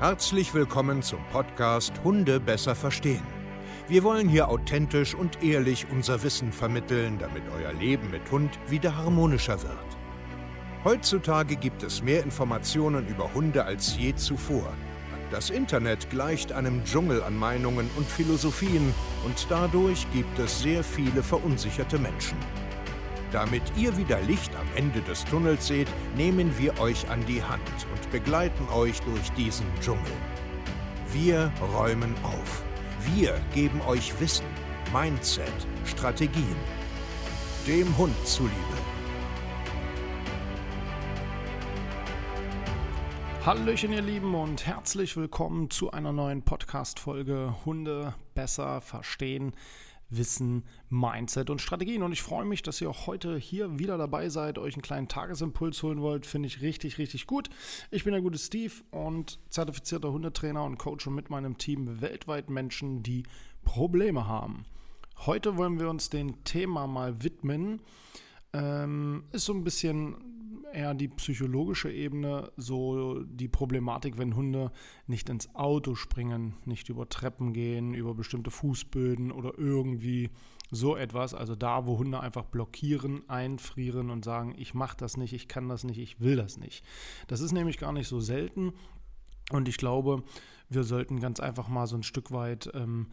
Herzlich willkommen zum Podcast Hunde besser verstehen. Wir wollen hier authentisch und ehrlich unser Wissen vermitteln, damit euer Leben mit Hund wieder harmonischer wird. Heutzutage gibt es mehr Informationen über Hunde als je zuvor. Das Internet gleicht einem Dschungel an Meinungen und Philosophien und dadurch gibt es sehr viele verunsicherte Menschen. Damit ihr wieder Licht am Ende des Tunnels seht, nehmen wir euch an die Hand und begleiten euch durch diesen Dschungel. Wir räumen auf. Wir geben euch Wissen, Mindset, Strategien. Dem Hund zuliebe. Hallöchen ihr Lieben und herzlich willkommen zu einer neuen Podcast-Folge Hunde besser verstehen, Wissen, Mindset und Strategien. Und ich freue mich, dass ihr auch heute hier wieder dabei seid, euch einen kleinen Tagesimpuls holen wollt. Finde ich richtig, richtig gut. Ich bin der gute Steve und zertifizierter Hundetrainer und coache mit meinem Team weltweit Menschen, die Probleme haben. Heute wollen wir uns dem Thema mal widmen. Ist so ein bisschen eher die psychologische Ebene, so die Problematik, wenn Hunde nicht ins Auto springen, nicht über Treppen gehen, über bestimmte Fußböden oder irgendwie so etwas. Also da, wo Hunde einfach blockieren, einfrieren und sagen, ich mache das nicht, ich kann das nicht, ich will das nicht. Das ist nämlich gar nicht so selten. Und ich glaube, wir sollten ganz einfach mal so ein Stück weit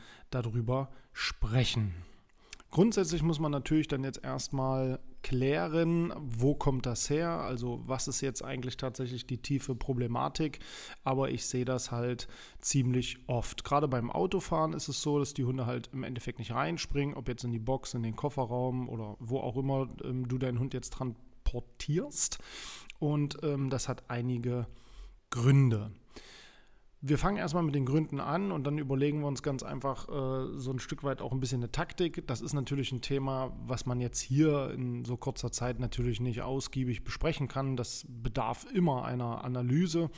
darüber sprechen. Grundsätzlich muss man natürlich dann jetzt erstmal klären, wo kommt das her, also was ist jetzt eigentlich tatsächlich die tiefe Problematik, aber ich sehe das halt ziemlich oft. Gerade beim Autofahren ist es so, dass die Hunde halt im Endeffekt nicht reinspringen, ob jetzt in die Box, in den Kofferraum oder wo auch immer du deinen Hund jetzt transportierst, und das hat einige Gründe. Wir fangen erstmal mit den Gründen an und dann überlegen wir uns ganz einfach so ein Stück weit auch ein bisschen eine Taktik. Das ist natürlich ein Thema, was man jetzt hier in so kurzer Zeit natürlich nicht ausgiebig besprechen kann. Das bedarf immer einer Analyse.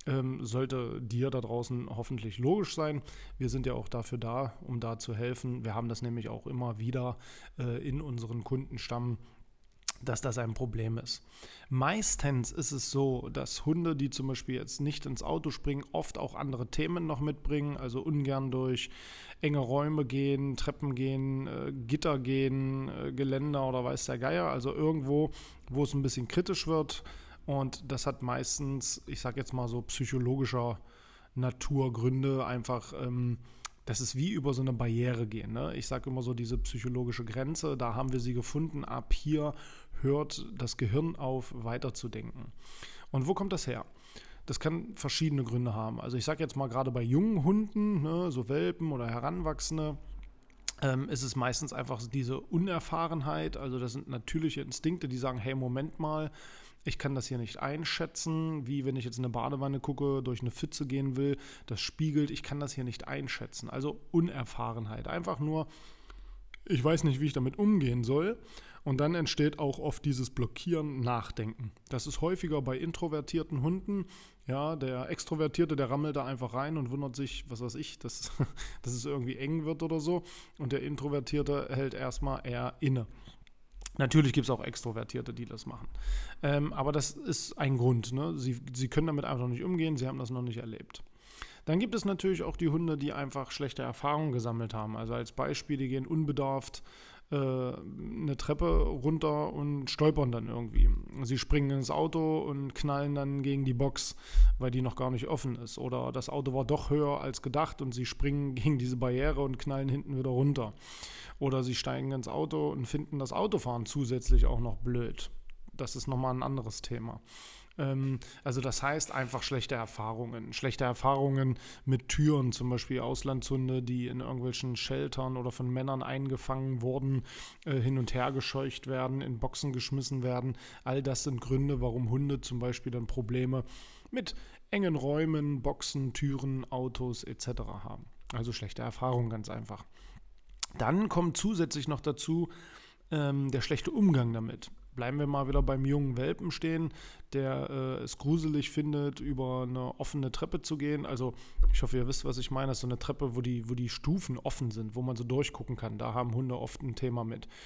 Sollte dir da draußen hoffentlich logisch sein. Wir sind ja auch dafür da, um da zu helfen. Wir haben das nämlich auch immer wieder in unseren Kundenstamm, dass das ein Problem ist. Meistens ist es so, dass Hunde, die zum Beispiel jetzt nicht ins Auto springen, oft auch andere Themen noch mitbringen, also ungern durch enge Räume gehen, Treppen gehen, Gitter gehen, Geländer oder weiß der Geier, also irgendwo, wo es ein bisschen kritisch wird, und das hat meistens, ich sage jetzt mal so psychologischer Natur Gründe, einfach das ist wie über so eine Barriere gehen. Ne? Ich sage immer so, diese psychologische Grenze, da haben wir sie gefunden. Ab hier hört das Gehirn auf, weiterzudenken. Und wo kommt das her? Das kann verschiedene Gründe haben. Also ich sage jetzt mal gerade bei jungen Hunden, ne, so Welpen oder Heranwachsende, ist es meistens einfach diese Unerfahrenheit. Also das sind natürliche Instinkte, die sagen, hey, Moment mal, ich kann das hier nicht einschätzen, wie wenn ich jetzt in eine Badewanne gucke, durch eine Pfütze gehen will, das spiegelt, ich kann das hier nicht einschätzen. Also Unerfahrenheit, einfach nur, ich weiß nicht, wie ich damit umgehen soll. Und dann entsteht auch oft dieses Blockieren, Nachdenken. Das ist häufiger bei introvertierten Hunden. Ja, der Extrovertierte, der rammelt da einfach rein und wundert sich, was weiß ich, dass es irgendwie eng wird oder so. Und der Introvertierte hält erstmal eher inne. Natürlich gibt es auch Extrovertierte, die das machen. Aber das ist ein Grund. Ne? Sie können damit einfach noch nicht umgehen, sie haben das noch nicht erlebt. Dann gibt es natürlich auch die Hunde, die einfach schlechte Erfahrungen gesammelt haben. Also als Beispiel, die gehen unbedarft eine Treppe runter und stolpern dann irgendwie. Sie springen ins Auto und knallen dann gegen die Box, weil die noch gar nicht offen ist. Oder das Auto war doch höher als gedacht und sie springen gegen diese Barriere und knallen hinten wieder runter. Oder sie steigen ins Auto und finden das Autofahren zusätzlich auch noch blöd. Das ist nochmal ein anderes Thema. Also das heißt einfach schlechte Erfahrungen mit Türen, zum Beispiel Auslandshunde, die in irgendwelchen Sheltern oder von Männern eingefangen wurden, hin und her gescheucht werden, in Boxen geschmissen werden. All das sind Gründe, warum Hunde zum Beispiel dann Probleme mit engen Räumen, Boxen, Türen, Autos etc. haben. Also schlechte Erfahrungen ganz einfach. Dann kommt zusätzlich noch dazu der schlechte Umgang damit. Bleiben wir mal wieder beim jungen Welpen stehen, der es gruselig findet, über eine offene Treppe zu gehen. Also ich hoffe, ihr wisst, was ich meine. Das ist so eine Treppe, wo die Stufen offen sind, wo man so durchgucken kann. Da haben Hunde oft ein Thema mit.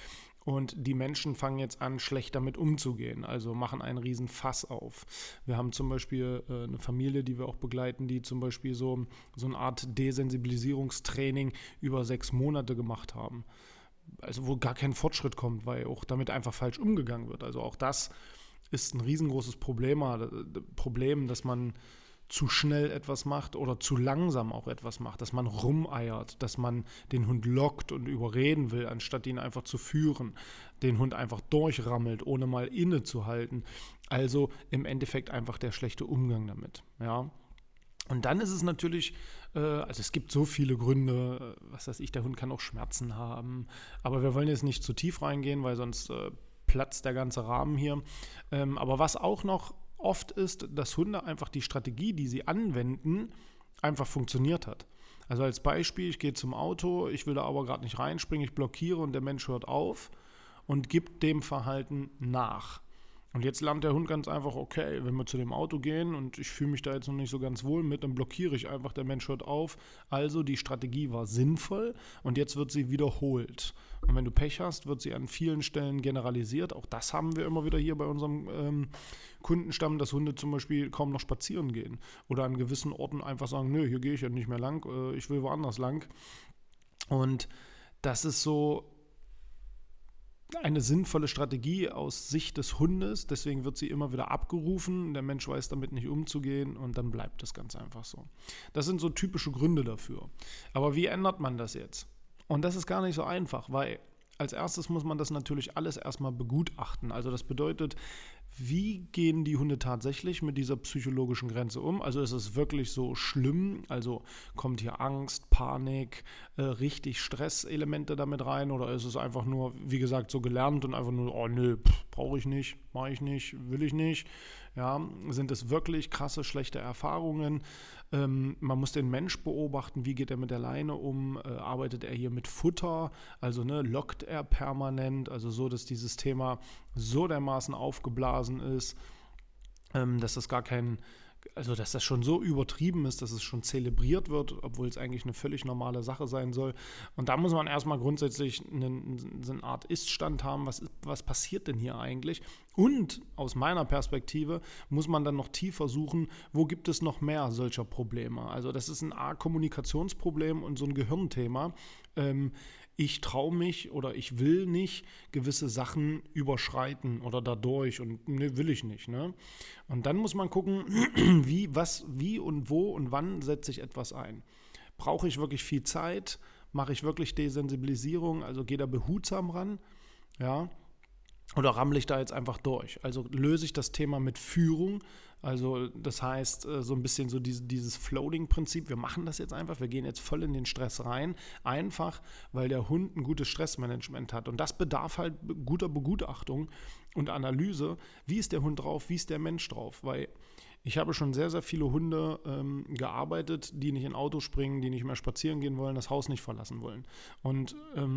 Und die Menschen fangen jetzt an, schlecht damit umzugehen, also machen einen riesen Fass auf. Wir haben zum Beispiel eine Familie, die wir auch begleiten, die zum Beispiel so eine Art Desensibilisierungstraining über 6 Monate gemacht haben. Also wo gar kein Fortschritt kommt, weil auch damit einfach falsch umgegangen wird. Also auch das ist ein riesengroßes Problem, dass man zu schnell etwas macht oder zu langsam auch etwas macht, dass man rumeiert, dass man den Hund lockt und überreden will, anstatt ihn einfach zu führen, den Hund einfach durchrammelt, ohne mal innezuhalten. Also im Endeffekt einfach der schlechte Umgang damit, ja. Und dann ist es natürlich, also es gibt so viele Gründe, was weiß ich, der Hund kann auch Schmerzen haben, aber wir wollen jetzt nicht zu tief reingehen, weil sonst platzt der ganze Rahmen hier. Aber was auch noch oft ist, dass Hunde einfach die Strategie, die sie anwenden, einfach funktioniert hat. Also als Beispiel, ich gehe zum Auto, ich will da aber gerade nicht reinspringen, ich blockiere und der Mensch hört auf und gibt dem Verhalten nach. Und jetzt lernt der Hund ganz einfach, okay, wenn wir zu dem Auto gehen und ich fühle mich da jetzt noch nicht so ganz wohl mit, dann blockiere ich einfach, der Mensch hört auf. Also die Strategie war sinnvoll und jetzt wird sie wiederholt. Und wenn du Pech hast, wird sie an vielen Stellen generalisiert. Auch das haben wir immer wieder hier bei unserem Kundenstamm, dass Hunde zum Beispiel kaum noch spazieren gehen oder an gewissen Orten einfach sagen, nö, hier gehe ich ja nicht mehr lang, ich will woanders lang. Und das ist so eine sinnvolle Strategie aus Sicht des Hundes, deswegen wird sie immer wieder abgerufen, der Mensch weiß damit nicht umzugehen und dann bleibt es ganz einfach so. Das sind so typische Gründe dafür. Aber wie ändert man das jetzt? Und das ist gar nicht so einfach, weil als erstes muss man das natürlich alles erstmal begutachten. Also das bedeutet, wie gehen die Hunde tatsächlich mit dieser psychologischen Grenze um? Also ist es wirklich so schlimm? Also kommt hier Angst, Panik, richtig Stresselemente damit rein? Oder ist es einfach nur, wie gesagt, so gelernt und einfach nur, oh nö, brauche ich nicht, mache ich nicht, will ich nicht? Ja, sind es wirklich krasse, schlechte Erfahrungen? Man muss den Mensch beobachten, wie geht er mit der Leine um? Arbeitet er hier mit Futter? Also lockt er permanent? Also so, dass dieses Thema so dermaßen aufgeblasen ist, dass das dass das schon so übertrieben ist, dass es schon zelebriert wird, obwohl es eigentlich eine völlig normale Sache sein soll. Und da muss man erstmal grundsätzlich so eine Art Ist-Stand haben, was passiert denn hier eigentlich? Und aus meiner Perspektive muss man dann noch tiefer suchen, wo gibt es noch mehr solcher Probleme? Also das ist ein Kommunikationsproblem und so ein Gehirnthema. Ich traue mich oder ich will nicht gewisse Sachen überschreiten oder dadurch und will ich nicht. Ne? Und dann muss man gucken, wie und wo und wann setze ich etwas ein. Brauche ich wirklich viel Zeit? Mache ich wirklich Desensibilisierung? Also gehe da behutsam ran? Ja? Oder rammle ich da jetzt einfach durch? Also löse ich das Thema mit Führung? Also das heißt, so ein bisschen so dieses Floating-Prinzip, wir machen das jetzt einfach, wir gehen jetzt voll in den Stress rein, einfach, weil der Hund ein gutes Stressmanagement hat. Und das bedarf halt guter Begutachtung und Analyse. Wie ist der Hund drauf, wie ist der Mensch drauf? Weil ich habe schon sehr, sehr viele Hunde gearbeitet, die nicht in Auto springen, die nicht mehr spazieren gehen wollen, das Haus nicht verlassen wollen. Und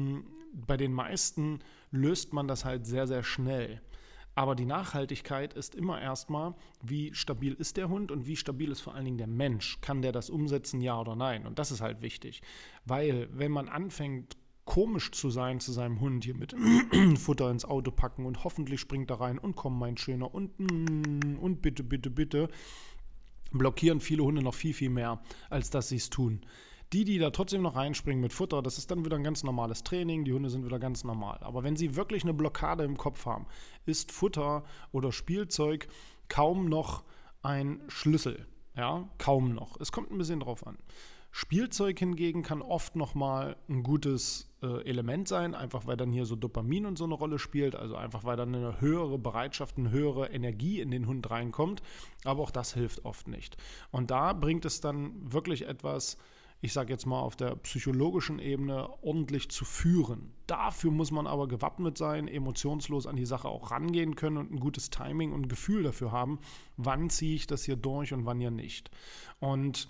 bei den meisten löst man das halt sehr, sehr schnell. Aber die Nachhaltigkeit ist immer erstmal, wie stabil ist der Hund und wie stabil ist vor allen Dingen der Mensch. Kann der das umsetzen, ja oder nein? Und das ist halt wichtig, weil wenn man anfängt, komisch zu sein zu seinem Hund, hier mit Futter ins Auto packen und hoffentlich springt er rein und komm, mein Schöner und bitte, bitte, bitte, blockieren viele Hunde noch viel, viel mehr, als dass sie es tun. Die da trotzdem noch reinspringen mit Futter, das ist dann wieder ein ganz normales Training, die Hunde sind wieder ganz normal. Aber wenn sie wirklich eine Blockade im Kopf haben, ist Futter oder Spielzeug kaum noch ein Schlüssel. Ja, kaum noch. Es kommt ein bisschen drauf an. Spielzeug hingegen kann oft nochmal ein gutes Element sein, einfach weil dann hier so Dopamin und so eine Rolle spielt, also einfach weil dann eine höhere Bereitschaft, eine höhere Energie in den Hund reinkommt, aber auch das hilft oft nicht. Und da bringt es dann wirklich etwas, ich sage jetzt mal auf der psychologischen Ebene, ordentlich zu führen. Dafür muss man aber gewappnet sein, emotionslos an die Sache auch rangehen können und ein gutes Timing und ein Gefühl dafür haben, wann ziehe ich das hier durch und wann ja nicht. Und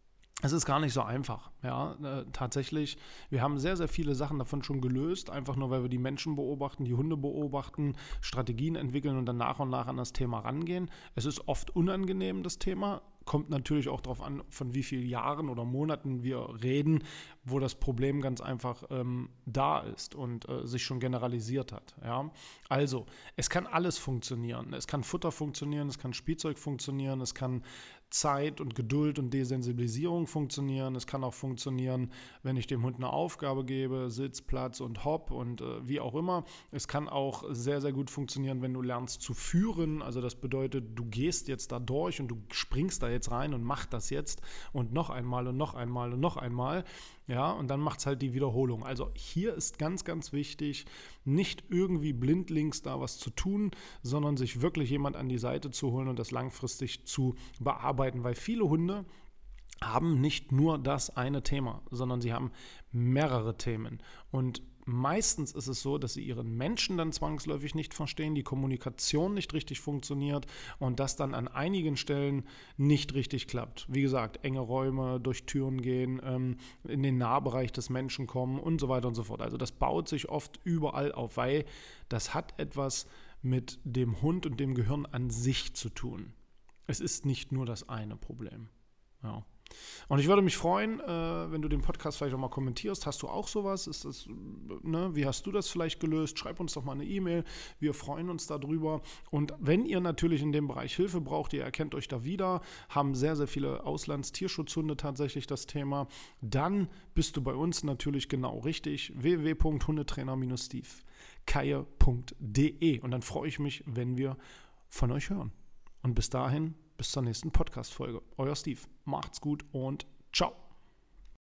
es ist gar nicht so einfach, ja, tatsächlich. Wir haben sehr, sehr viele Sachen davon schon gelöst, einfach nur, weil wir die Menschen beobachten, die Hunde beobachten, Strategien entwickeln und dann nach und nach an das Thema rangehen. Es ist oft unangenehm, das Thema, kommt natürlich auch darauf an, von wie vielen Jahren oder Monaten wir reden, wo das Problem ganz einfach da ist und sich schon generalisiert hat. Ja? Also, es kann alles funktionieren. Es kann Futter funktionieren, es kann Spielzeug funktionieren, es kann Zeit und Geduld und Desensibilisierung funktionieren. Es kann auch funktionieren, wenn ich dem Hund eine Aufgabe gebe, Sitz, Platz und Hopp und wie auch immer. Es kann auch sehr, sehr gut funktionieren, wenn du lernst zu führen. Also das bedeutet, du gehst jetzt da durch und du springst da jetzt rein und mach das jetzt und noch einmal und noch einmal und noch einmal. Ja, und dann macht es halt die Wiederholung. Also hier ist ganz, ganz wichtig, nicht irgendwie blindlings da was zu tun, sondern sich wirklich jemand an die Seite zu holen und das langfristig zu bearbeiten, weil viele Hunde haben nicht nur das eine Thema, sondern sie haben mehrere Themen. Und meistens ist es so, dass sie ihren Menschen dann zwangsläufig nicht verstehen, die Kommunikation nicht richtig funktioniert und das dann an einigen Stellen nicht richtig klappt. Wie gesagt, enge Räume, durch Türen gehen, in den Nahbereich des Menschen kommen und so weiter und so fort. Also das baut sich oft überall auf, weil das hat etwas mit dem Hund und dem Gehirn an sich zu tun. Es ist nicht nur das eine Problem. Ja. Und ich würde mich freuen, wenn du den Podcast vielleicht auch mal kommentierst. Hast du auch sowas? Ist das, wie hast du das vielleicht gelöst? Schreib uns doch mal eine E-Mail. Wir freuen uns darüber. Und wenn ihr natürlich in dem Bereich Hilfe braucht, ihr erkennt euch da wieder, haben sehr, sehr viele Auslandstierschutzhunde tatsächlich das Thema, dann bist du bei uns natürlich genau richtig. www.hundetrainer-stevekeier.de. Und dann freue ich mich, wenn wir von euch hören. Und bis dahin, bis zur nächsten Podcast-Folge. Euer Steve. Macht's gut und ciao.